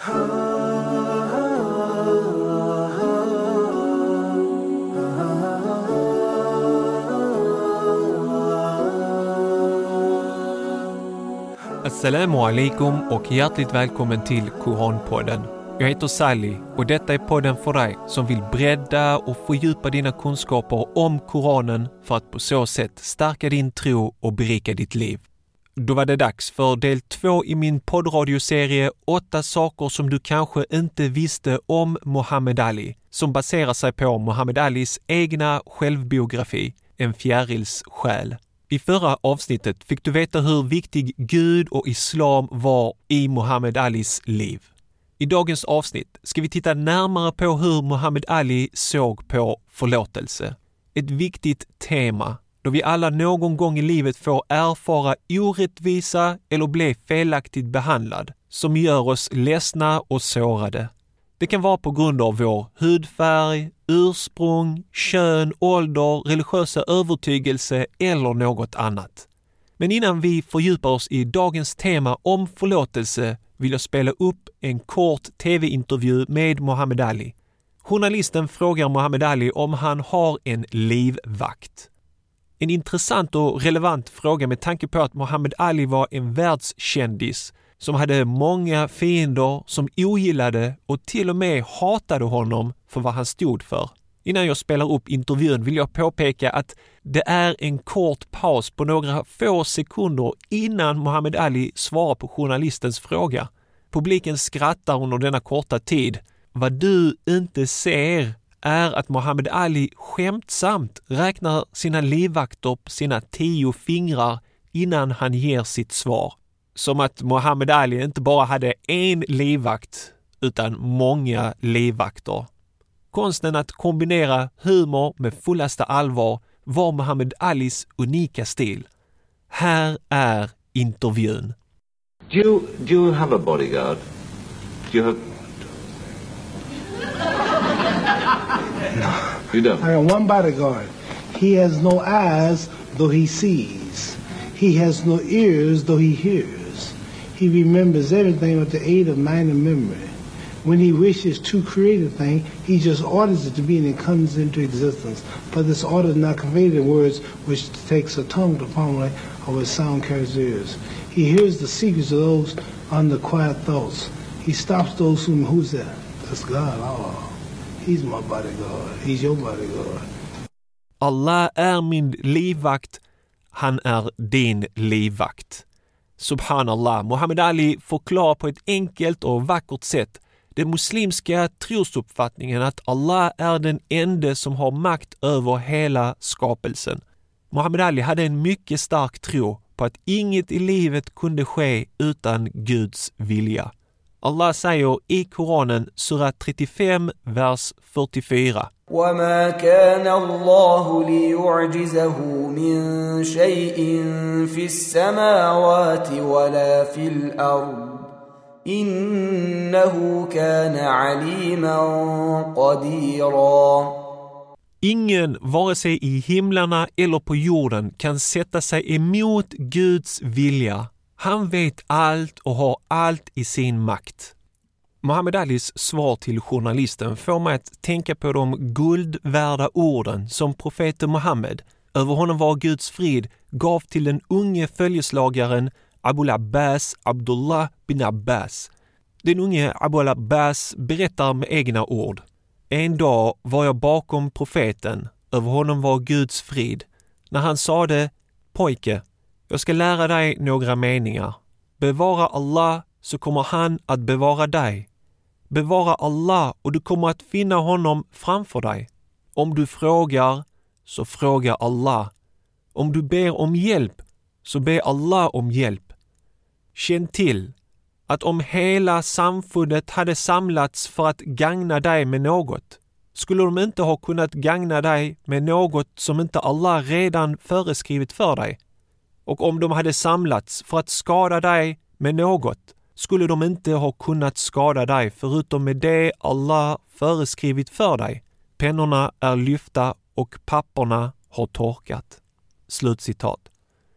Assalamu alaikum och hjärtligt välkommen till Koranpodden. Jag heter Sally och detta är podden för dig som vill bredda och fördjupa dina kunskaper om Koranen för att på så sätt stärka din tro och berika ditt liv. Då var det dags för del 2 i min poddradioserie 8 saker som du kanske inte visste om Muhammad Ali, som baserar sig på Muhammad Alis egna självbiografi, En fjärils själ. I förra avsnittet fick du veta hur viktig Gud och islam var i Muhammad Alis liv. I dagens avsnitt ska vi titta närmare på hur Muhammad Ali såg på förlåtelse. Ett viktigt tema då vi alla någon gång i livet får erfara orättvisa eller bli felaktigt behandlad som gör oss ledsna och sårade. Det kan vara på grund av vår hudfärg, ursprung, kön, ålder, religiösa övertygelse eller något annat. Men innan vi fördjupar oss i dagens tema om förlåtelse vill jag spela upp en kort tv-intervju med Muhammad Ali. Journalisten frågar Muhammad Ali om han har en livvakt. En intressant och relevant fråga med tanke på att Muhammad Ali var en världskändis som hade många fiender som ogillade och till och med hatade honom för vad han stod för. Innan jag spelar upp intervjun vill jag påpeka att det är en kort paus på några få sekunder innan Muhammad Ali svarar på journalistens fråga. Publiken skrattar under denna korta tid. Vad du inte ser är att Muhammad Ali skämtsamt räknar sina livvakter på sina 10 fingrar innan han ger sitt svar. Som att Muhammad Ali inte bara hade en livvakt utan många livvakter. Konsten att kombinera humor med fullaste allvar var Muhammad Alis unika stil. Här är intervjun. Do you have a bodyguard? Do you have... No. You don't? I got one bodyguard. He has no eyes, though he sees. He has no ears, though he hears. He remembers everything with the aid of mind and memory. When he wishes to create a thing, he just orders it to be and it comes into existence. But this order is not conveyed in words which takes a tongue to formulate or with sound carries ears. He hears the secrets of those under quiet thoughts. He stops those who's that? That's God. Oh, he's my bodyguard. He's your bodyguard. Allah är min livvakt. Han är din livvakt. Subhanallah, Muhammad Ali förklarar på ett enkelt och vackert sätt den muslimska trosuppfattningen att Allah är den enda som har makt över hela skapelsen. Muhammad Ali hade en mycket stark tro på att inget i livet kunde ske utan Guds vilja. Allah säger i Koranen, sura 35, vers 44. وَمَا كَانَ اللَّهُ لِيُعْجِزَهُ مِنْ شَيْءٍ فِي السَّمَاوَاتِ وَلَا فِي الْأَرْضِ إِنَّهُ كَانَ عَلِيمًا قَدِيرًا. Ingen, vare sig i himlarna eller på jorden, kan sätta sig emot Guds vilja. Han vet allt och har allt i sin makt. Muhammad Alis svar till journalisten får mig att tänka på de guldvärda orden som profeten Muhammed, över honom var Guds frid, gav till den unge följeslagaren Abul Abbas Abdullah bin Abbas. Den unge Abul Abbas berättar med egna ord. En dag var jag bakom profeten, över honom var Guds frid, när han sade: pojke, jag ska lära dig några meningar. Bevara Allah så kommer han att bevara dig. Bevara Allah och du kommer att finna honom framför dig. Om du frågar, så fråga Allah. Om du ber om hjälp, så be Allah om hjälp. Känn till att om hela samfundet hade samlats för att gagna dig med något, skulle de inte ha kunnat gagna dig med något som inte Allah redan föreskrivit för dig. Och om de hade samlats för att skada dig med något, skulle de inte ha kunnat skada dig förutom med det Allah föreskrivit för dig. Pennorna är lyfta och papperna har torkat. Slutcitat.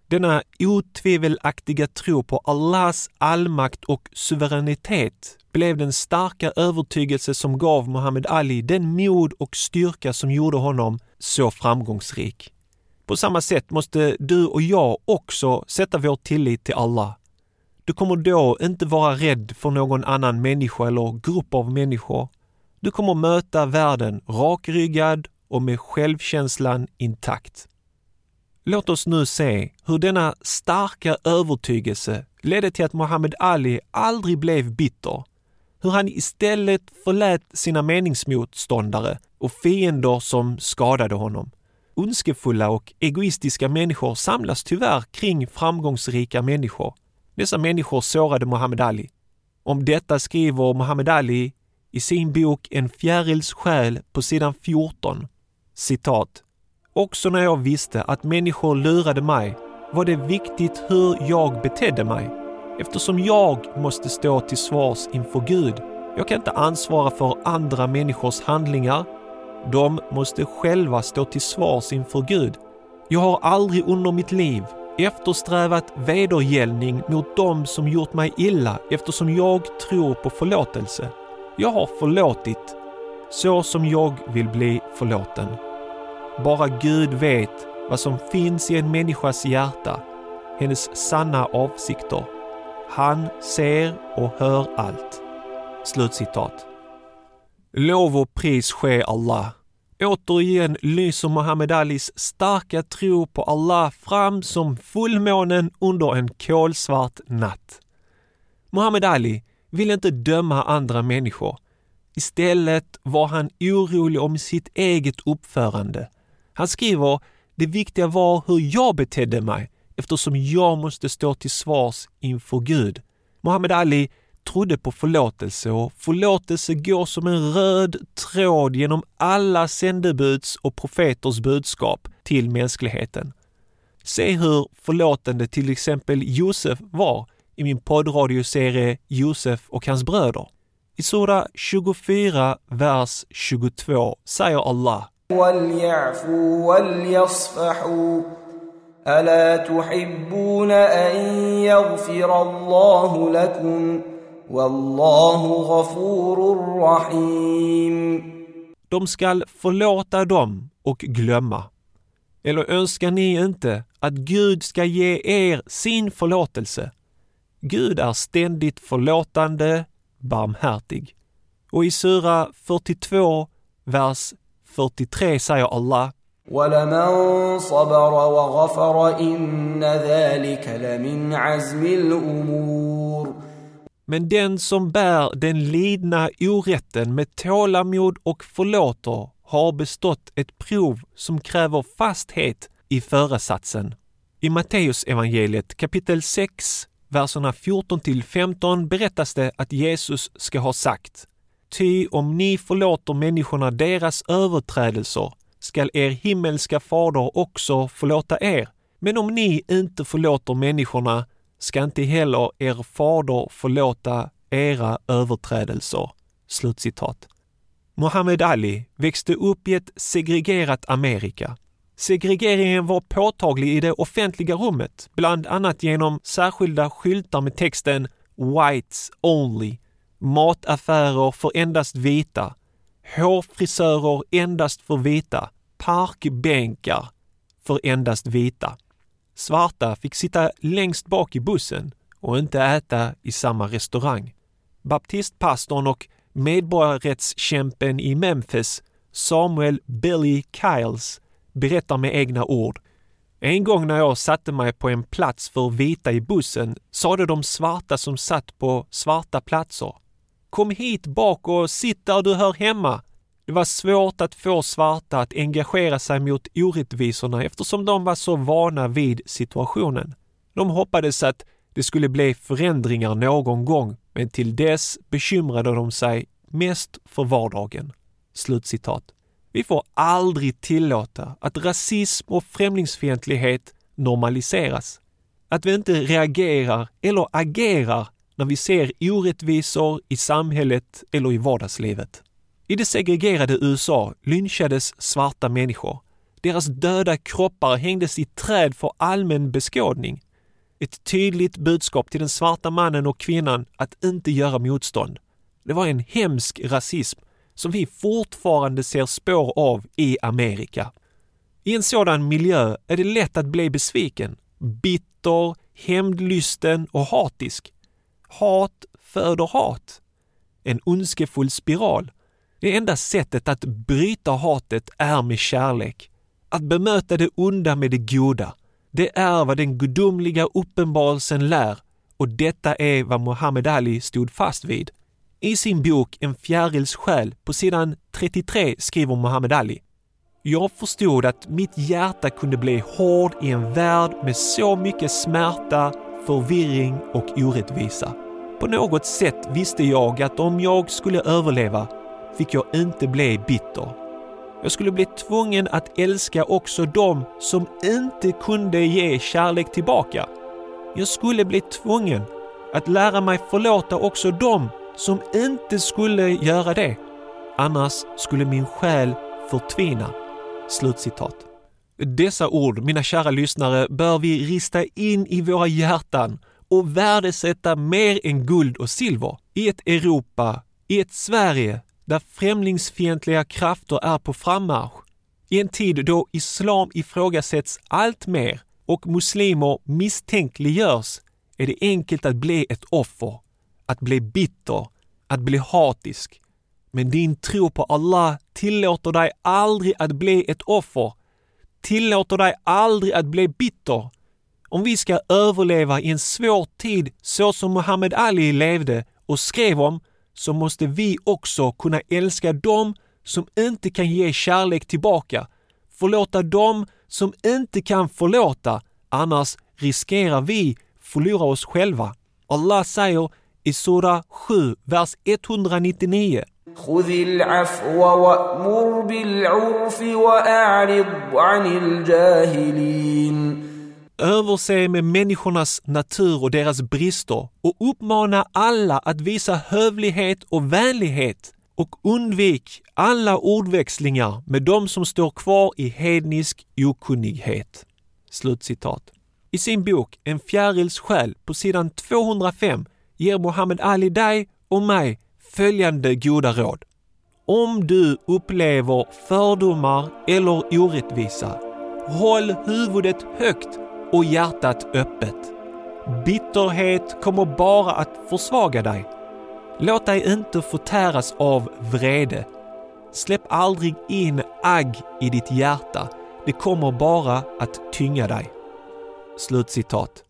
Denna otvivelaktiga tro på Allahs allmakt och suveränitet blev den starka övertygelse som gav Muhammad Ali den mod och styrka som gjorde honom så framgångsrik. På samma sätt måste du och jag också sätta vår tillit till Allah. Du kommer då inte vara rädd för någon annan människa eller grupp av människor. Du kommer möta världen rakryggad och med självkänslan intakt. Låt oss nu se hur denna starka övertygelse ledde till att Muhammad Ali aldrig blev bitter. Hur han istället förlät sina meningsmotståndare och fiender som skadade honom. Ondskefulla och egoistiska människor samlas tyvärr kring framgångsrika människor. Dessa människor sårade Muhammad Ali. Om detta skriver Muhammad Ali i sin bok En fjärils själ på sidan 14. Citat. Också när jag visste att människor lurade mig var det viktigt hur jag betedde mig. Eftersom jag måste stå till svars inför Gud. Jag kan inte ansvara för andra människors handlingar. De måste själva stå till svars inför Gud. Jag har aldrig under mitt liv eftersträvat vedergällning mot dem som gjort mig illa eftersom jag tror på förlåtelse. Jag har förlåtit så som jag vill bli förlåten. Bara Gud vet vad som finns i en människas hjärta, hennes sanna avsikter. Han ser och hör allt. Slutcitat. Lov och pris ske Allah. Återigen lyser Muhammad Alis starka tro på Allah fram som fullmånen under en kolsvart natt. Muhammad Ali ville inte döma andra människor. Istället var han orolig om sitt eget uppförande. Han skriver, det viktiga var hur jag betedde mig eftersom jag måste stå till svars inför Gud. Muhammad Ali trodde på förlåtelse och förlåtelse går som en röd tråd genom alla sändebuds och profeters budskap till mänskligheten. Se hur förlåtande till exempel Josef var i min poddradioserie Josef och hans bröder. I sura 24, vers 22 säger Allah: وَلْيَعْفُوا وَلْيَصْفَحُوا أَلَا تُحِبُّونَ أَن يَغْفِرَ اللَّهُ لَكُمْ وَاللَّهُ غَفُورٌ رَحِيمٌ. De skall förlåta dem och glömma. Eller önskar ni inte att Gud ska ge er sin förlåtelse? Gud är ständigt förlåtande, barmhärtig. Och i sura 42, vers 43 säger Allah: وَلَمَنْ صَبَرَ وَغَفَرَ إِنَّ ذَلِكَ لَمِنْ عَزْمِ الْأُمُورِ. Men den som bär den lidna orätten med tålamod och förlåter har bestått ett prov som kräver fasthet i föresatsen. I Matteus evangeliet kapitel 6, verserna 14-15 berättas det att Jesus ska ha sagt: Ty om ni förlåter människorna deras överträdelser skall er himmelska fader också förlåta er. Men om ni inte förlåter människorna ska inte heller er fader förlåta era överträdelser. Slutcitat. Muhammad Ali växte upp i ett segregerat Amerika. Segregeringen var påtaglig i det offentliga rummet, bland annat genom särskilda skyltar med texten Whites Only, mataffärer för endast vita, hårfrisörer endast för vita, parkbänkar för endast vita. Svarta fick sitta längst bak i bussen och inte äta i samma restaurang. Baptistpastorn och medborgarrättskämpen i Memphis, Samuel Billy Kyles, berättar med egna ord: En gång när jag satte mig på en plats för vita i bussen sade de svarta som satt på svarta platser: Kom hit bak och sitt där du hör hemma. Det var svårt att få svarta att engagera sig mot orättvisorna eftersom de var så vana vid situationen. De hoppades att det skulle bli förändringar någon gång, men till dess bekymrade de sig mest för vardagen. Slutcitat. Vi får aldrig tillåta att rasism och främlingsfientlighet normaliseras. Att vi inte reagerar eller agerar när vi ser orättvisor i samhället eller i vardagslivet. I det segregerade USA lynchades svarta människor. Deras döda kroppar hängdes i träd för allmän beskådning. Ett tydligt budskap till den svarta mannen och kvinnan att inte göra motstånd. Det var en hemsk rasism som vi fortfarande ser spår av i Amerika. I en sådan miljö är det lätt att bli besviken, bitter, hämndlysten och hatisk. Hat föder hat. En ondskefull spiral. Det enda sättet att bryta hatet är med kärlek. Att bemöta det onda med det goda. Det är vad den gudomliga uppenbarelsen lär, och detta är vad Muhammad Ali stod fast vid. I sin bok En fjärils själ på sidan 33 skriver Muhammad Ali: Jag förstod att mitt hjärta kunde bli hård i en värld med så mycket smärta, förvirring och orättvisa. På något sätt visste jag att om jag skulle överleva fick jag inte bli bitter. Jag skulle bli tvungen att älska också dem som inte kunde ge kärlek tillbaka. Jag skulle bli tvungen att lära mig förlåta också dem som inte skulle göra det. Annars skulle min själ förtvina. Slutcitat. Dessa ord, mina kära lyssnare, bör vi rista in i våra hjärtan och värdesätta mer än guld och silver. I ett Europa, i ett Sverige där främlingsfientliga krafter är på frammarsch. I en tid då islam ifrågasätts allt mer och muslimer misstänkliggörs, är det enkelt att bli ett offer, att bli bitter, att bli hatisk. Men din tro på Allah tillåter dig aldrig att bli ett offer, tillåter dig aldrig att bli bitter. Om vi ska överleva i en svår tid så som Muhammad Ali levde och skrev om, så måste vi också kunna älska dem som inte kan ge kärlek tillbaka. Förlåta dem som inte kan förlåta, annars riskerar vi förlora oss själva. Allah säger i sura 7, vers 199: خذ العفو وأمر بالعرف وأعرض عن الجاهلين. Överse med människornas natur och deras brister och uppmana alla att visa hövlighet och vänlighet, och undvik alla ordväxlingar med dem som står kvar i hednisk okunnighet. Slutcitat. I sin bok En fjärils själ på sidan 205 ger Muhammad Ali dig och mig följande goda råd. Om du upplever fördomar eller orättvisa, håll huvudet högt och hjärtat öppet. Bitterhet kommer bara att försvaga dig. Låt dig inte förtäras av vrede. Släpp aldrig in agg i ditt hjärta. Det kommer bara att tynga dig. Slutcitat.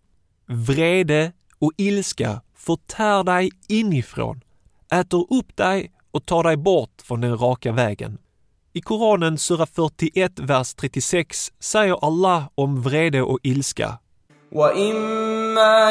Vrede och ilska förtär dig inifrån, äter upp dig och tar dig bort från den raka vägen. I Koranen sura 41, vers 36 säger Allah om vrede och ilska: وَإِمَّا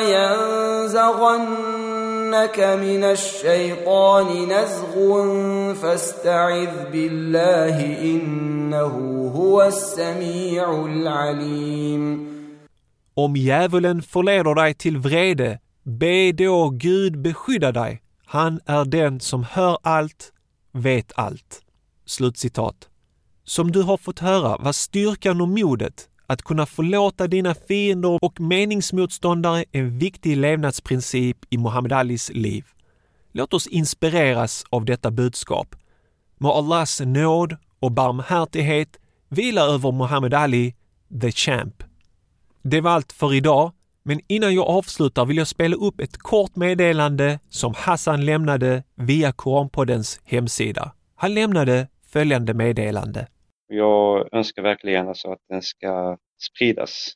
يَنزَغَنَّكَ مِنَ الشَّيْطَانِ نَزْغٌ فَاسْتَعِذْ بِاللَّهِ إِنَّهُ هُوَ السَّمِيعُ الْعَلِيمُ. Om djävulen förleder dig till vrede, be då Gud beskydda dig. Han är den som hör allt, vet allt. Slutcitat. Som du har fått höra var styrkan och modet att kunna förlåta dina fiender och meningsmotståndare en viktig levnadsprincip i Muhammad Alis liv. Låt oss inspireras av detta budskap. Må Allahs nåd och barmhärtighet vila över Muhammad Ali, the champ. Det var allt för idag, men innan jag avslutar vill jag spela upp ett kort meddelande som Hassan lämnade via Koranpoddens hemsida. Han lämnade följande meddelande. Jag önskar verkligen alltså att den ska spridas.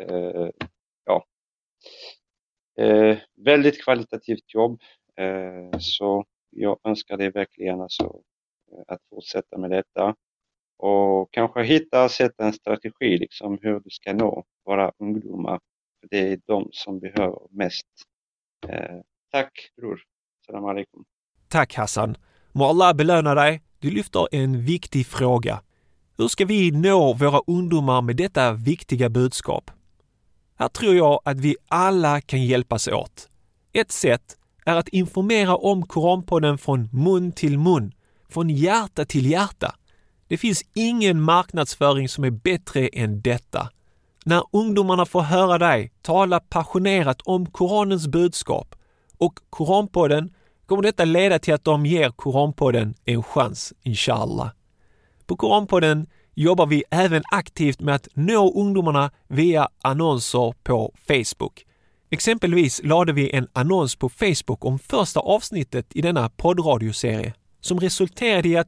Väldigt kvalitativt jobb. Så jag önskar dig verkligen alltså att fortsätta med detta. Och kanske sätta en strategi liksom hur du ska nå våra ungdomar. För det är de som behöver mest. Tack bror. Salam alaikum. Tack Hassan. Må Allah belöna dig. Du lyfter en viktig fråga. Hur ska vi nå våra ungdomar med detta viktiga budskap? Här tror jag att vi alla kan hjälpas åt. Ett sätt är att informera om Koranpodden från mun till mun, från hjärta till hjärta. Det finns ingen marknadsföring som är bättre än detta. När ungdomarna får höra dig tala passionerat om Koranens budskap och Koranpodden kommer detta leda till att de ger Koranpodden en chans, inshallah. På Koranpodden jobbar vi även aktivt med att nå ungdomarna via annonser på Facebook. Exempelvis lade vi en annons på Facebook om första avsnittet i denna poddradioserie som resulterade i att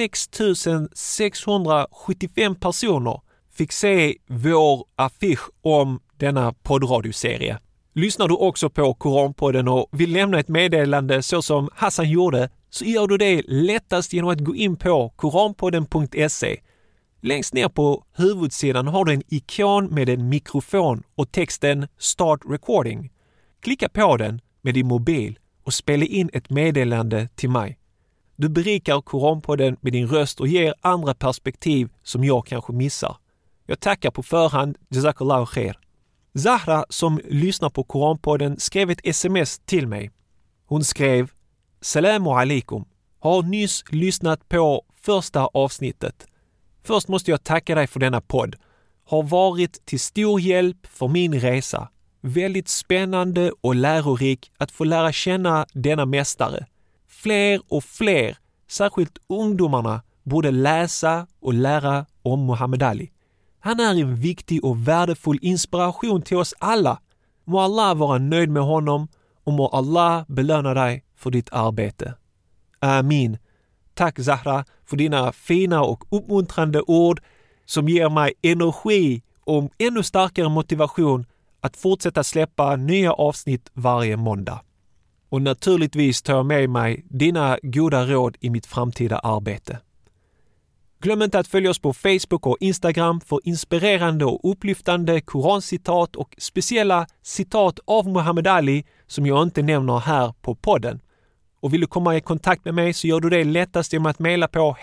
6675 personer fick se vår affisch om denna poddradioserie. Lyssnar du också på Koranpodden och vill lämna ett meddelande så som Hassan gjorde, så gör du det lättast genom att gå in på koranpodden.se. Längst ner på huvudsidan har du en ikon med en mikrofon och texten Start Recording. Klicka på den med din mobil och spela in ett meddelande till mig. Du berikar Koranpodden med din röst och ger andra perspektiv som jag kanske missar. Jag tackar på förhand, jazakallahu khair. Zahra som lyssnar på Koranpodden skrev ett sms till mig. Hon skrev: Salamu alaikum. Har nyss lyssnat på första avsnittet. Först måste jag tacka dig för denna podd. Har varit till stor hjälp för min resa. Väldigt spännande och lärorik att få lära känna denna mästare. Fler och fler, särskilt ungdomarna, borde läsa och lära om Muhammad Ali. Han är en viktig och värdefull inspiration till oss alla. Må Allah vara nöjd med honom och må Allah belöna dig för ditt arbete. Amin. Tack Zahra för dina fina och uppmuntrande ord som ger mig energi och ännu starkare motivation att fortsätta släppa nya avsnitt varje måndag. Och naturligtvis tar jag med mig dina goda råd i mitt framtida arbete. Glöm inte att följa oss på Facebook och Instagram för inspirerande och upplyftande korancitat och speciella citat av Muhammad Ali som jag inte nämner här på podden. Och vill du komma i kontakt med mig så gör du det lättast genom att mejla på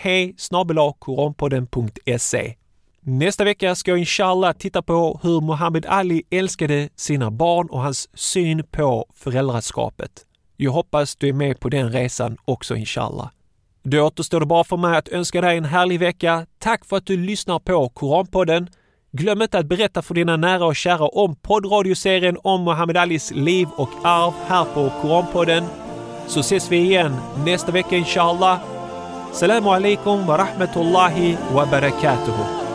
hej@koranpodden.se. Nästa vecka ska jag inshallah titta på hur Muhammad Ali älskade sina barn och hans syn på föräldraskapet. Jag hoppas du är med på den resan också inshallah. Då återstår det bara för mig att önska dig en härlig vecka. Tack för att du lyssnar på Koranpodden. Glöm inte att berätta för dina nära och kära om poddradioserien om Muhammad Alis liv och arv här på Koranpodden. Så ses vi igen nästa vecka inshallah. Salamu alaikum wa rahmatullahi wa barakatuhu.